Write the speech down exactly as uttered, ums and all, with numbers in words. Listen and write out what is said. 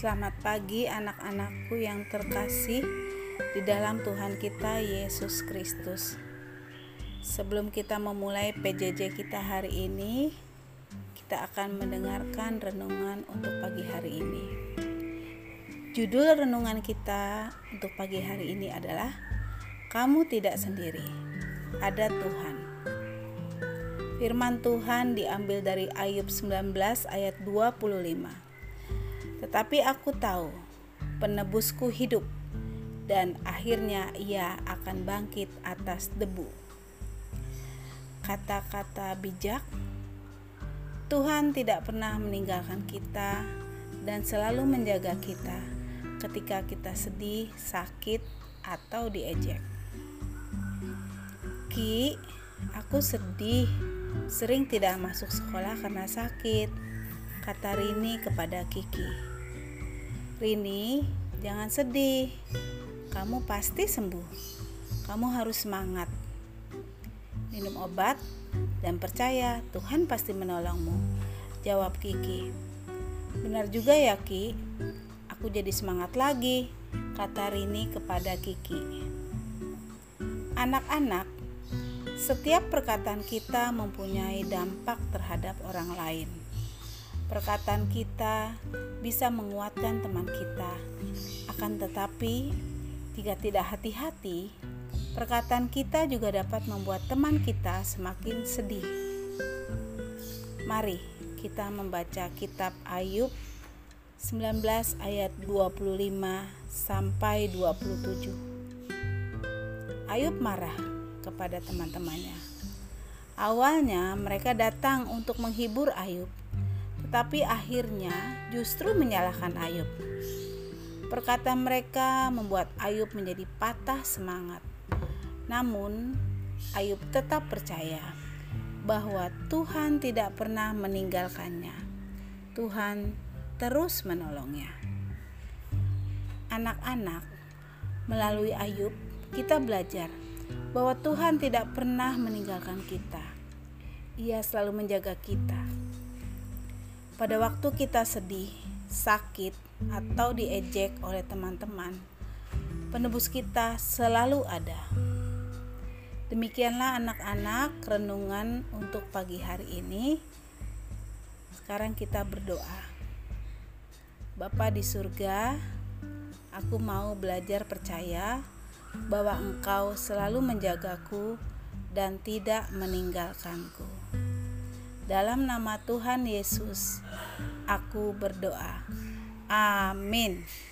Selamat pagi anak-anakku yang terkasih di dalam Tuhan kita Yesus Kristus. Sebelum kita memulai P J J kita hari ini, kita akan mendengarkan renungan untuk pagi hari ini. Judul renungan kita untuk pagi hari ini adalah Kamu Tidak Sendiri, Ada Tuhan. Firman Tuhan diambil dari Ayub sembilan belas ayat dua puluh lima. Tetapi aku tahu penebusku hidup, dan akhirnya ia akan bangkit atas debu. Kata-kata bijak. Tuhan tidak pernah meninggalkan kita dan selalu menjaga kita ketika kita sedih, sakit, atau diejek. Ki, aku sedih, sering tidak masuk sekolah karena sakit, kata Rini kepada Kiki. Rini, jangan sedih, kamu pasti sembuh. Kamu harus semangat. Minum obat dan percaya Tuhan pasti menolongmu, jawab Kiki. Benar juga ya Ki, aku jadi semangat lagi, kata Rini kepada Kiki. Anak-anak, setiap perkataan kita mempunyai dampak terhadap orang lain. Perkataan kita bisa menguatkan teman kita. Akan tetapi, jika tidak hati-hati, perkataan kita juga dapat membuat teman kita semakin sedih. Mari kita membaca kitab Ayub sembilan belas ayat dua puluh lima sampai dua puluh tujuh. Ayub marah kepada teman-temannya. Awalnya mereka datang untuk menghibur Ayub, tetapi akhirnya justru menyalahkan Ayub. Perkataan mereka membuat Ayub menjadi patah semangat. Namun, Ayub tetap percaya bahwa Tuhan tidak pernah meninggalkannya. Tuhan terus menolongnya. Anak-anak, melalui Ayub kita belajar bahwa Tuhan tidak pernah meninggalkan kita. Ia selalu menjaga kita. Pada waktu kita sedih, sakit, atau diejek oleh teman-teman, penebus kita selalu ada. Demikianlah anak-anak renungan untuk pagi hari ini. Sekarang kita berdoa. Bapa di surga, aku mau belajar percaya bahwa Engkau selalu menjagaku dan tidak meninggalkanku. Dalam nama Tuhan Yesus, aku berdoa. Amin.